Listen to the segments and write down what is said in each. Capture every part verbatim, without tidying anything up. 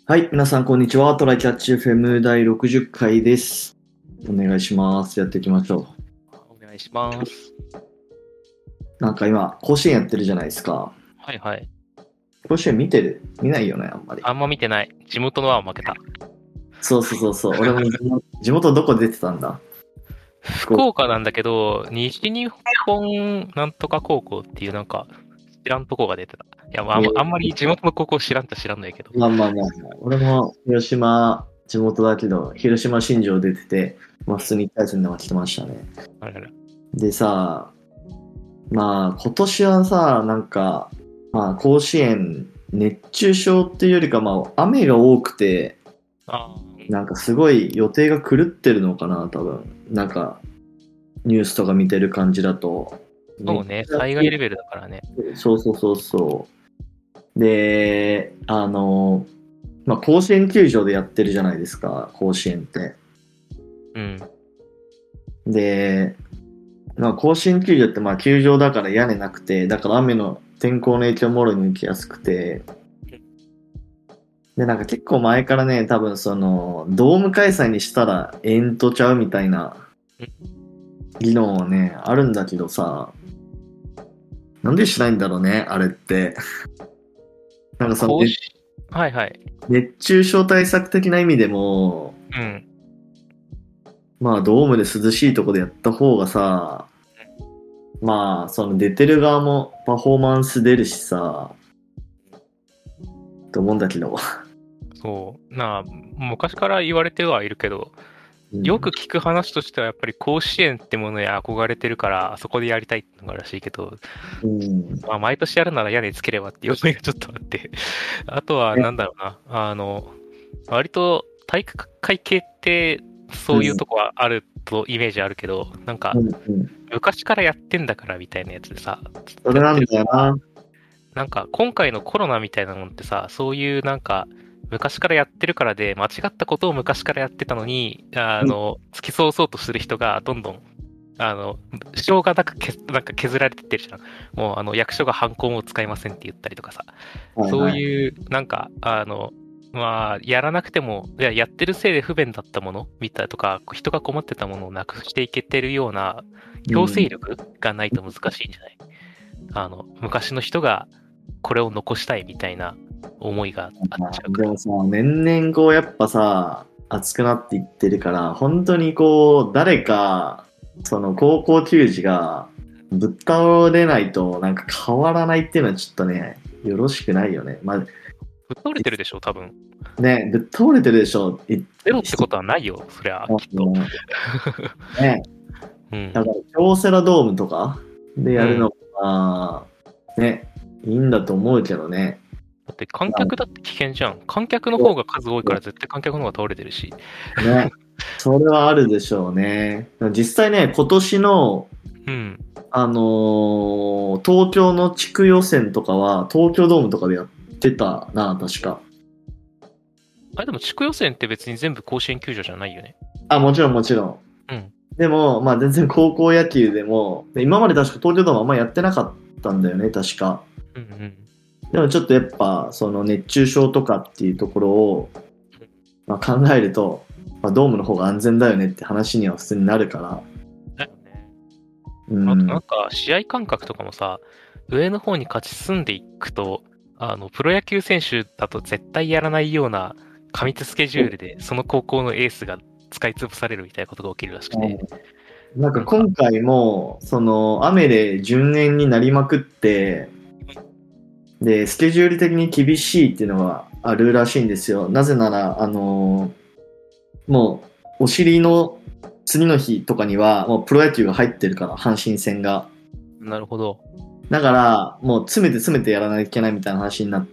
はい、皆さんこんにちは。トライキャッチ エフエム だいろくじゅっかいです。お願いします。やっていきましょお願いします。 う。なんか今、甲子園やってるじゃないですか。 はいはい。 甲子園見てる見ないよね、あんまり。 あんま見てない。地元のは負けた。 そうそうそうそう。俺も地元地元どこ出てたんだ。 福岡なんだけど、西日本なんとか高校っていうなんか、知らんとこが出てた。いや、まあ、あんまあんまり地元の高校知らんと知らんないけど。 まあまあまあ、俺も広島地元だけど、広島新庄出てて、まあ普通にいっかい戦で負けてましたね。 あれあれでさ、まあ今年はさ、なんか、まあ甲子園熱中症っていうよりか、まあ雨が多くて、 あなんかすごい予定が狂ってるのかな、多分。なんか、ニュースとか見てる感じだと。 ーそうね、災害レベルだからね。 そうそうそうそう。で、あの、まあ、甲子園球場でやってるじゃないですか、甲子園って。 うん。 で、まあ、甲子園球場ってまあ球場だから屋根なくて、だから雨の天候の影響もろに受けやすくて、で、なんか結構前からね、多分その、ドーム開催にしたらエントちゃうみたいな議論はね、あるんだけどさ、なんでしないんだろうね、あれって。なんかその、 甲子はいはい。 熱中症対策的な意味でも、 うん。 まあドームで涼しいとこでやった方がさ、まあその出てる側もパフォーマンス出るしさ、と思うんだけど。 そう。なあ、昔から言われてはいるけど、 うんよく聞く話としてはやっぱり甲子園ってものに憧れてるからあそこでやりたいってのがあるらしいけど、 うん。 まあ、毎年やるなら屋根つければっていう思いがちょっとあってあとはなんだろうな、あの、割と体育会系ってそういうとこはあるとイメージあるけど、なんかうんうん。 昔からやってんだからみたいなやつでさ、ずっそれなんとやってる。 だよな。 なんか今回のコロナみたいなのってさ、そういうなんか昔からやってるからで間違ったことを昔からやってたのに、あの、付き添そうとする人がどんどん、あの、しょうがなくけなんか削られてってるじゃん。もうあの役所がハンコも使いませんって言ったりとかさ、そうはいはい。 いうなんか、あの、まあ、やらなくても、いや、やってるせいで不便だったものみたいとか、人が困ってたものをなくしていけてるような強制力がないと難しいんじゃない？あの、昔の人がこれを残したいみたいな思いがあっちゃうから。 でもさ、年々こうやっぱさ、熱くなっていってるから、本当にこう、誰か、その高校球児がぶっ倒れないとなんか変わらないっていうのはちょっとね、よろしくないよね。まあ、 ぶっ倒れてるでしょ、多分。 ね、ぶっ倒れてるでしょ。いゼロってことはないよ、そりゃ、きっと。 ね、 うん。 だから京セラドームとかでやるうん。 のが、ね、いいんだと思うけどね。 だって観客だって危険じゃん。観客の方が数多いから絶対観客の方が倒れてるし。 ね、それはあるでしょうね。実際ね、今年の、 うん。 あのー東京の地区予選とかは、東京ドームとかでやってたな、確か。 あれでも地区予選って別に全部甲子園球場じゃないよね。 あ、もちろんもちろん。 うん。 でも、まあ全然高校野球でも、で今まで確か東京ドームあんまやってなかったんだよね、確か。 うんうん。 でもちょっとやっぱ、その熱中症とかっていうところを、まあ、考えると、まあ、ドームの方が安全だよねって話には普通になるから。 だよね。 うん。 あとなんか試合感覚とかもさ、上の方に勝ち進んでいくと、あの、プロ野球選手だと絶対やらないような過密スケジュールで、その高校のエースが使い潰されるみたいなことが起きるらしくて。 なんか今回も、その雨で順延になりまくって、で、スケジュール的に厳しいっていうのがあるらしいんですよ。なぜなら、あのーもう、お尻の次の日とかには、もうプロ野球が入ってるから、阪神戦が。 なるほど。 だから、もう詰めて詰めてやらないといけないみたいな話になって、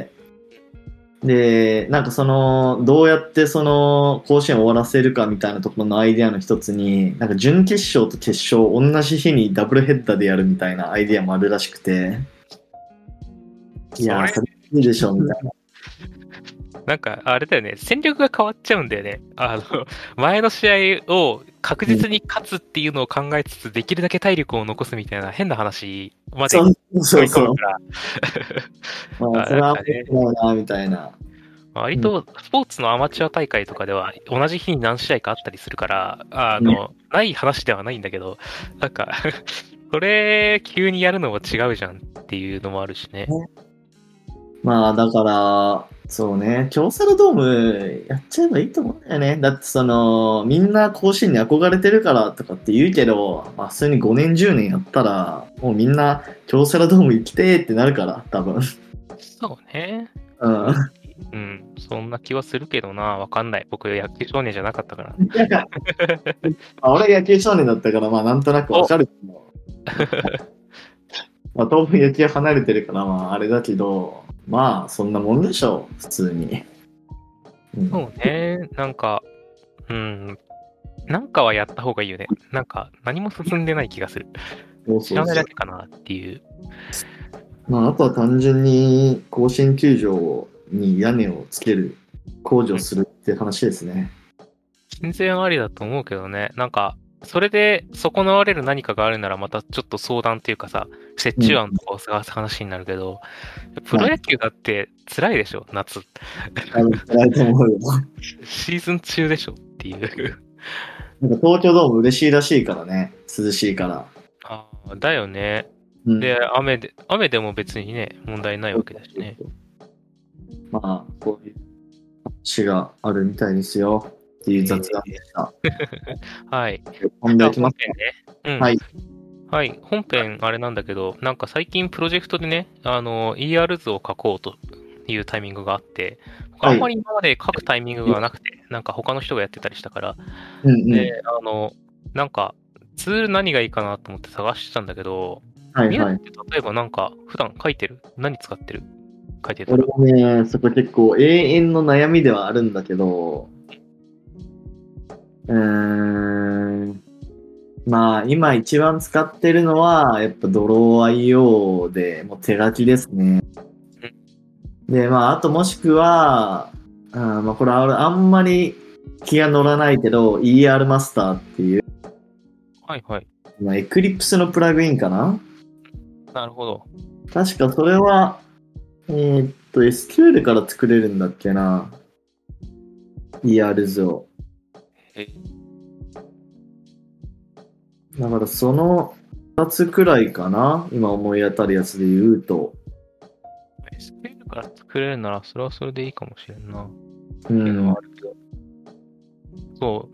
で、なんかその、どうやってその、甲子園を終わらせるかみたいなところのアイデアの一つに、なんか準決勝と決勝同じ日にダブルヘッダーでやるみたいなアイデアもあるらしくて、いやー、 それそれいいでしょ、みたいな。 なんか、あれだよね、戦力が変わっちゃうんだよね。あの、前の試合を確実に勝つっていうのを考えつつ、できるだけ体力を残すみたいな変な話までそう組そうそう。 み込むから。 まあ、 あ、 それはなんかね、 良くないな、みたいな。 割とスポーツのアマチュア大会とかでは同じ日に何試合かあったりするから、あの、ない話ではないんだけど、なんか、それ急にやるのも違うじゃんっていうのもあるしね。 まあだから、そうね、京セラドームやっちゃえばいいと思うんだよね。だってその、みんな甲子園に憧れてるからとかって言うけど、まあ普通にごねんじゅうねんやったら、もうみんな京セラドーム行きてーってなるから、多分。 そうね。 うん。 うん、そんな気はするけどな、わかんない。僕、野球少年じゃなかったから。 あ俺野球少年だったから、まあなんとなくわかるけど。まあ当分野球離れてるから、まああれだけど、まあそんなもんでしょう、普通に。 うん、そうね、なんか、うん、なんかはやった方がいいよね。なんか、何も進んでない気がする。 そうそうそう、 知らないだけかなっていう。 まああとは単純に甲子園球場に屋根をつける、工事をするって話ですね。 全然ありだと思うけどね。なんか、それで損なわれる何かがあるならまたちょっと相談っていうかさ、折衷案とかを探す話になるけど、うん、プロ野球だって辛いでしょ、夏。 辛いと思うよ。 シーズン中でしょっていう。 なんか東京ドーム嬉しいらしいからね、涼しいから。 ああ、だよね。 うん、 で、雨で、雨でも別にね、問題ないわけだしね。 まあ、こういう話があるみたいですよっていう雑談でした。 はい。 本題いきますか。 ね。うん。 はい。 はい。本編、あれなんだけど、なんか最近プロジェクトでね、あの、イーアール 図を書こうというタイミングがあって、あんまり今まで書くタイミングがなくて、なんか他の人がやってたりしたから、 うんうん、 で、あの、なんか、ツール何がいいかなと思って探してたんだけど、 はいはい。 みんなって例えばなんか、普段書いてる？何使ってる？書いてたら。 俺もね、そこ結構永遠の悩みではあるんだけど、うーん、まあ今一番使ってるのはやっぱドロー アイオー でもう手書きですね。で、まああともしくは、あまあこれはあんまり気が乗らないけど イーアール マスターっていう、 はいはい。 まあ、エクリプスのプラグインかな。 なるほど。 確かそれは、えーっと エスキューエル から作れるんだっけな。イーアール 図を。 えだからそのふたつくらいかな、今思い当たるやつで言うと。 エスキューエル から作れるなら、それはそれでいいかもしれんな。 うん。 そう。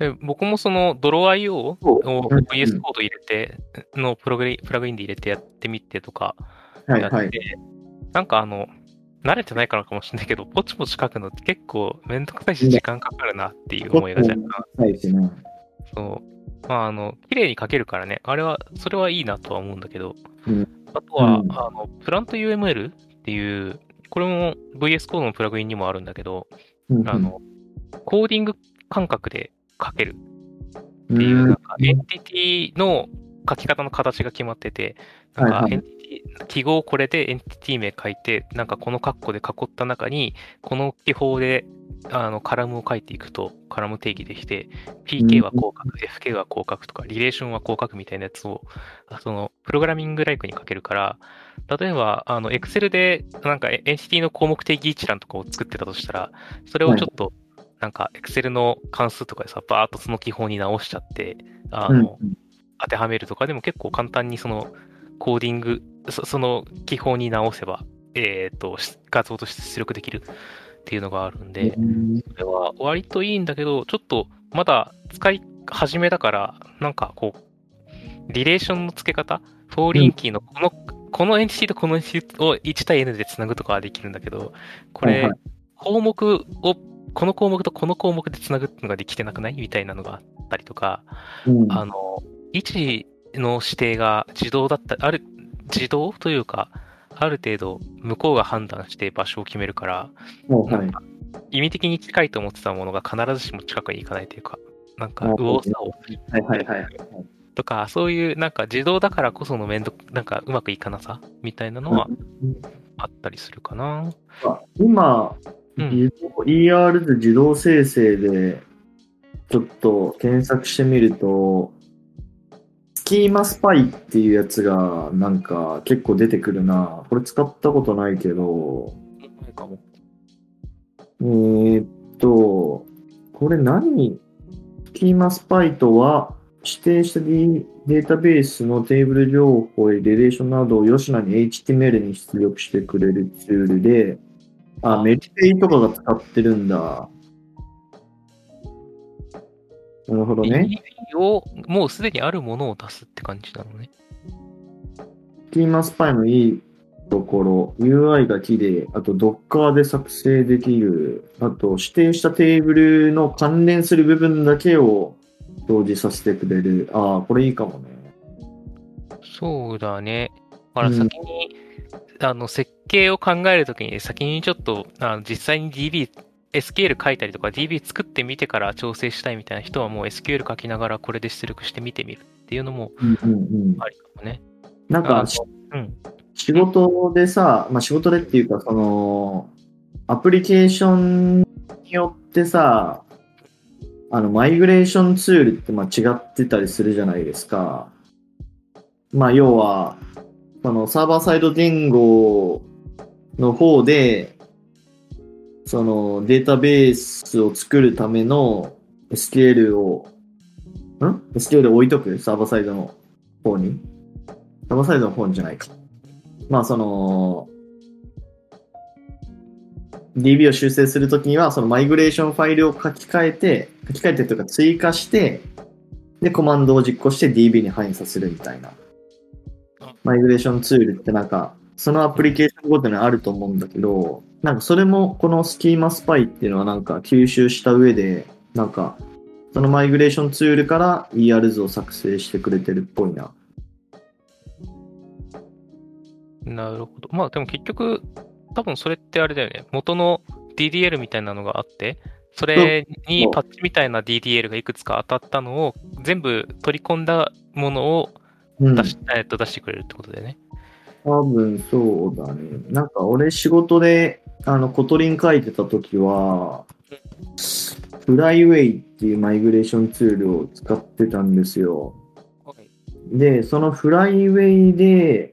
で僕もそのドロー アイオー を ブイエス コード入れて、のプログリプラグインで入れてやってみてとかやって、はいはい、なんかあの、慣れてないからかもしれないけど、ポチポチ書くのって結構めんどくさいし時間かかるなっていう思いが若干。そう。まああの、綺麗に書けるからね、あれは、それはいいなとは思うんだけど、うん、あとは、うん、あの、プラント ユーエムエル っていう、これも ブイエス コードのプラグインにもあるんだけど、うん、あの、コーディング感覚で書けるっていう、なんかエンティティの書き方の形が決まってて、なんかエンティティ、はいはい、記号これでエンティティ名書いて、なんかこの括弧で囲った中に、この記法であのカラムを書いていくと、カラム定義できて、ピーケー はこう書く、エフケー はこう書くとか、リレーションはこう書くみたいなやつを、そのプログラミングライクに書けるから、例えば、あの、Excel でなんかエンティティの項目定義一覧とかを作ってたとしたら、それをちょっと、はい、なんか、Excel の関数とかでさ、バーっとその記法に直しちゃって、あの、うん、当てはめるとかでも結構簡単にそのコーディング、そ, その記法に直せば、えっ、ー、と、画像として出力できるっていうのがあるんで、うん、それは割といいんだけど、ちょっとまだ使い始めだから、なんかこう、リレーションの付け方、フォーリンキーのこの、うん、このエンティティとこのエンティティをいち対 N でつなぐとかはできるんだけど、これ、はいはい、項目をこの項目とこの項目でつなぐっていうのができてなくないみたいなのがあったりとか、うん、あの、位置の指定が自動だった、ある、自動というか、ある程度向こうが判断して場所を決めるから、はい、なんか意味的に近いと思ってたものが必ずしも近くに行かないというか、なんか右往左往する。はいはいはい。とか、そういうなんか自動だからこその面倒、なんかうまくいかなさみたいなのはあったりするかな。 今、うん、イーアール 図自動生成でちょっと検索してみると、スキーマスパイっていうやつがなんか結構出てくるな。これ使ったことないけど。ないかも。 えーっと、これ何スキーマスパイとは、指定したディデータベースのテーブル情報やリレーションなどを吉野に エイチティーエムエル に出力してくれるツールで、あ、 あメリペイとかが使ってるんだ。なるほどね。 ディービー をもうすでにあるものを出すって感じなのね。 スキーマスパイのいいところ、ユーアイ が綺麗、あと Docker で作成できる、あと指定したテーブルの関連する部分だけを表示させてくれる。ああ、これいいかもね。 そうだね。だから先に、うん、あの設計を考えるときに先にちょっとあの実際に ディービー、エスキューエル 書いたりとか ディービー 作ってみてから調整したいみたいな人はもう エスキューエル 書きながらこれで出力してみてみるっていうのもありかもね。 うんうんうん、なんか、うん、仕事でさ、まあ、仕事でっていうか、その、アプリケーションによってさ、あの、マイグレーションツールってまあ違ってたりするじゃないですか。まあ、要は、そのサーバーサイド言語の方で、そのデータベースを作るための エスキューエル を、ん ?エスキューエル を置いとくサーバーサイドの方に。サーバーサイドの方じゃないか。まあ、その、ディービー を修正するときには、そのマイグレーションファイルを書き換えて、書き換えてというか追加して、で、コマンドを実行して ディービー に反映させるみたいな。マイグレーションツールってなんか、そのアプリケーションごとにあると思うんだけど、なんかそれもこのスキーマスパイっていうのはなんか吸収した上で、なんか、そのマイグレーションツールから イーアール 図を作成してくれてるっぽいな。 なるほど。まあでも結局、多分それってあれだよね。元の ディーディーエル みたいなのがあって、それにパッチみたいな ディーディーエル がいくつか当たったのを全部取り込んだものを出し、うん、えっと出してくれるってことだよね。 多分そうだね。なんか俺仕事であのコトリン書いてた時は、フライウェイっていうマイグレーションツールを使ってたんですよ。はい、で、そのフライウェイで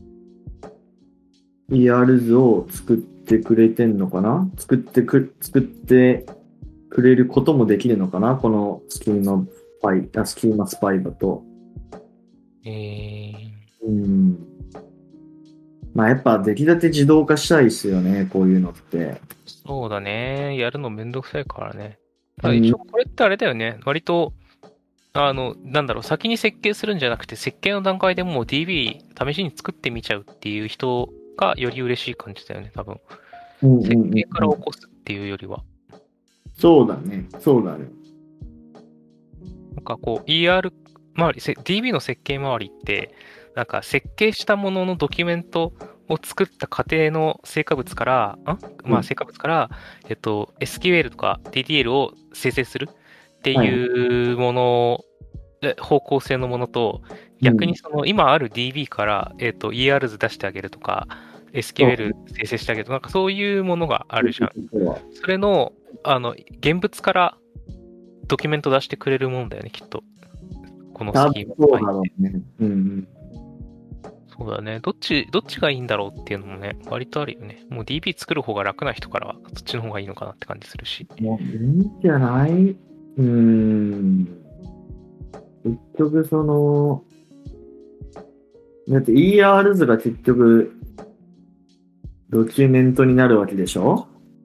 イーアール 図を作ってくれてんのかな作ってく、作ってくれることもできるのかなこのスキーマスパイ、あ、スキーマスパイだと。 えー、 うん。まあやっぱ出来立て自動化したいですよね、こういうのって。 そうだね。やるのめんどくさいからね。ただ一応これってあれだよね。うん、割と、あの、なんだろう、先に設計するんじゃなくて、設計の段階でもう ディービー 試しに作ってみちゃうっていう人がより嬉しい感じだよね、多分。設計から起こすっていうよりは。 そうだね、そうだね。 なんかこう、イーアール 周り、ディービー の設計周りって、なんか設計したもののドキュメントを作った過程の成果物から、んまあ成果物から、うん、えっと、エスキューエル とか ディーディーエル を生成するっていうもの、はい、方向性のものと、逆にその今ある ディービー から、えっと、イーアール 図出してあげるとか、エスキューエル 生成してあげるとか、なんかそういうものがあるじゃん。それの、あの、現物からドキュメント出してくれるもんだよね、きっと。このスキーマ。 そうだろうね。うんうん。 そうだね。どっち、どっちがいいんだろうっていうのもね、割とあるよね。もう ディービー 作る方が楽な人からは、そっちの方がいいのかなって感じするし。 もういいんじゃない？うーん。結局その、だって イーアール 図が結局、ドキュメントになるわけでしょ？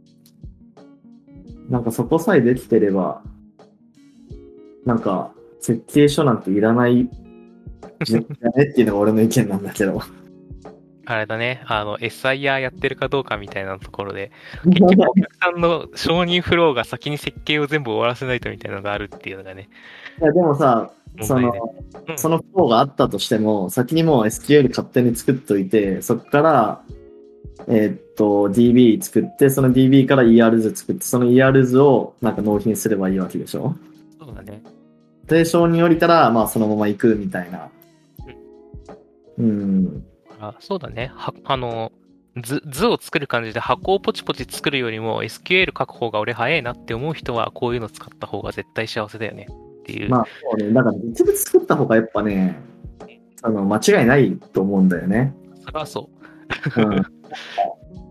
なんかそこさえできてれば、なんか設計書なんていらないじゃねっていうのが俺の意見なんだけど。 あれだね、あの、エスアイアール やってるかどうかみたいなところで、結局お客さんの承認フローが先に設計を全部終わらせないとみたいなのがあるっていうのがね。 いやでもさ、その、うん、そのフローがあったとしても、先にもう エスキューエル 勝手に作っといて、そこから、えー、っと、ディービー 作って、その ディービー から イーアール 図作って、その イーアール 図をなんか納品すればいいわけでしょ？ そうだね。 で、承認降りたら、まあそのまま行くみたいな。うん。うんあそうだね。はあの図、図を作る感じで箱をポチポチ作るよりも エスキューエル 書く方が俺早いなって思う人はこういうの使った方が絶対幸せだよねっていう。 まあそうね。だから実物作った方がやっぱね、あの間違いないと思うんだよね。 それはそう。うん、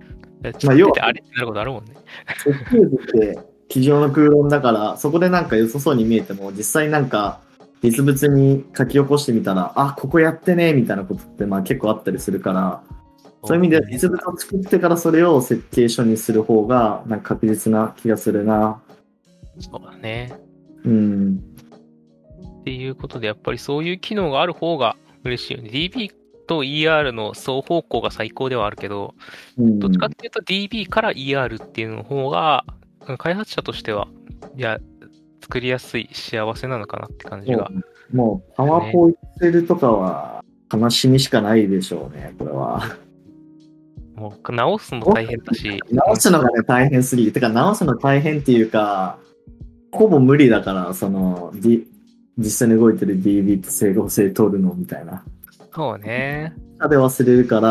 ちょっと出てあれってなることあるもんね。 設計図って机上の空論だから、そこでなんか良さそうに見えても、実際なんか実物に書き起こしてみたら、あ、ここやってね、みたいなことってまあ結構あったりするから、そういう意味では実物を作ってからそれを設計書にする方がなんか確実な気がするな。 そうだね。 うん。 っていうことで、やっぱりそういう機能がある方が嬉しいよね。ディービー と イーアール の双方向が最高ではあるけど、 うんどっちかっていうと ディービー から イーアール っていうの方が、開発者としては、いや、作りやすい、幸せなのかなって感じが。 もう、パワポエクセルとかは悲しみしかないでしょうね、これは。もう直すの大変だし。 直すのがね、大変すぎる。てか、直すの大変っていうか、ほぼ無理だから、その、D、実際に動いてる ディービー と整合性取るのみたいな。 そうね。 で忘れるから、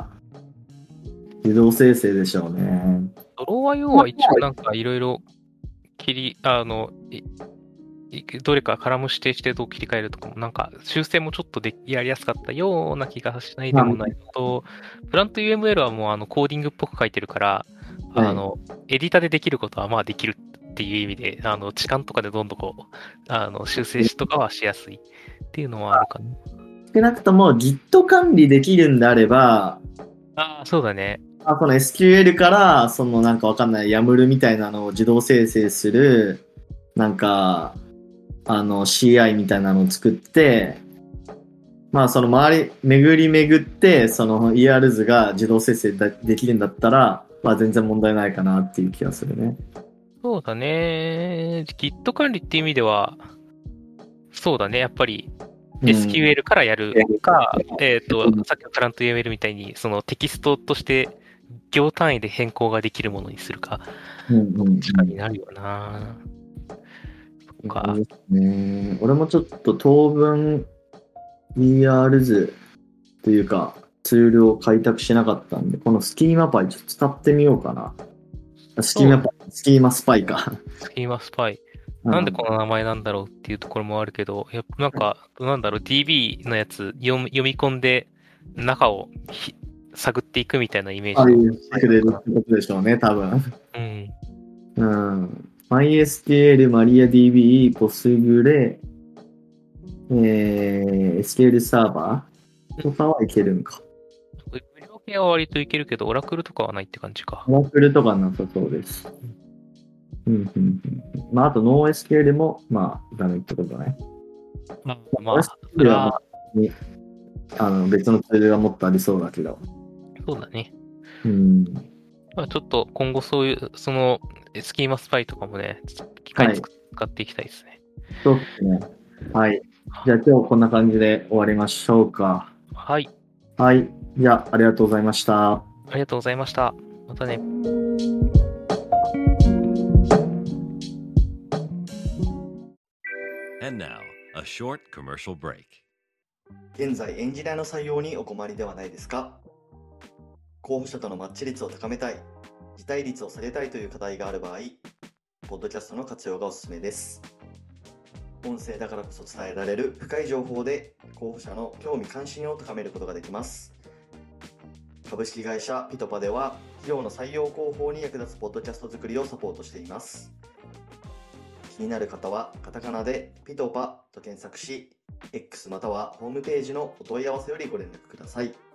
自動生成でしょうね。 ドロワ用は一応なんかいろいろ切り、あの、どれかカラム指定してどう切り替えるとかも、なんか修正もちょっとでやりやすかったような気がしないでもないのと、プラント ユーエムエル はもうあのコーディングっぽく書いてるから、はい、あの、エディタでできることはまあできるっていう意味で、あの、置換とかでどんどんこう、あの、修正しとかはしやすいっていうのはあるかな。 少なくとも Git 管理できるんであれば、 ああ、そうだね。 あ、その エスキューエル から、そのなんかわかんない ヤムル みたいなのを自動生成する、なんか、あの シーアイ みたいなのを作って、まあその周り、巡り巡って、その イーアール 図が自動生成できるんだったら、まあ全然問題ないかなっていう気がするね。 そうだね。Git 管理っていう意味では、そうだね。やっぱり エスキューエル からやるか、うん、えっ、ー、と、さっきのプラント ユーエムエル みたいに、そのテキストとして行単位で変更ができるものにするか、どっちかになるよな。そっか。 そうですね。俺もちょっと当分 イーアール 図というかツールを開拓しなかったんで、このスキーマパイちょっと使ってみようかな。スキーマパイ、スキーマスパイか。 スキーマスパイ。なんでこの名前なんだろうっていうところもあるけど、やっぱなんか、なんだろう、ディービー のやつ読み、読み込んで中を探っていくみたいなイメージ。 ああいうしてくれるってことでしょうね、多分。 うん。 うん。MySQL、MariaDB、Postgre、えー、エスキューエル サーバーとかはいけるんか。 無料系は割といけるけど、オラクルとかはないって感じか。 オラクルとかなさそうです。うん、うん、うん。まあ、あと NoSQL も、まあ、ダメってことね。 まあ、まあ、 それは、まあ、あの別のツールがもっとありそうだけど。 そうだね。 うん。 まあ、ちょっと今後そういう、その、スキーマスパイとかもね、機械に使っていきたいですね。 はい、そうですね。はい。じゃあ今日こんな感じで終わりましょうか。 はい。 はい。じゃあありがとうございました。 ありがとうございました。またね。 And now, a short commercial break. 現在エンジニアの採用にお困りではないですか？候補者とのマッチ率を高めたい、辞退率を下げたいという課題がある場合、ポッドキャストの活用がおすすめです。音声だからこそ伝えられる深い情報で候補者の興味関心を高めることができます。株式会社ピトパでは企業の採用広報に役立つポッドキャスト作りをサポートしています。気になる方はカタカナでピトパと検索し、X またはホームページのお問い合わせよりご連絡ください。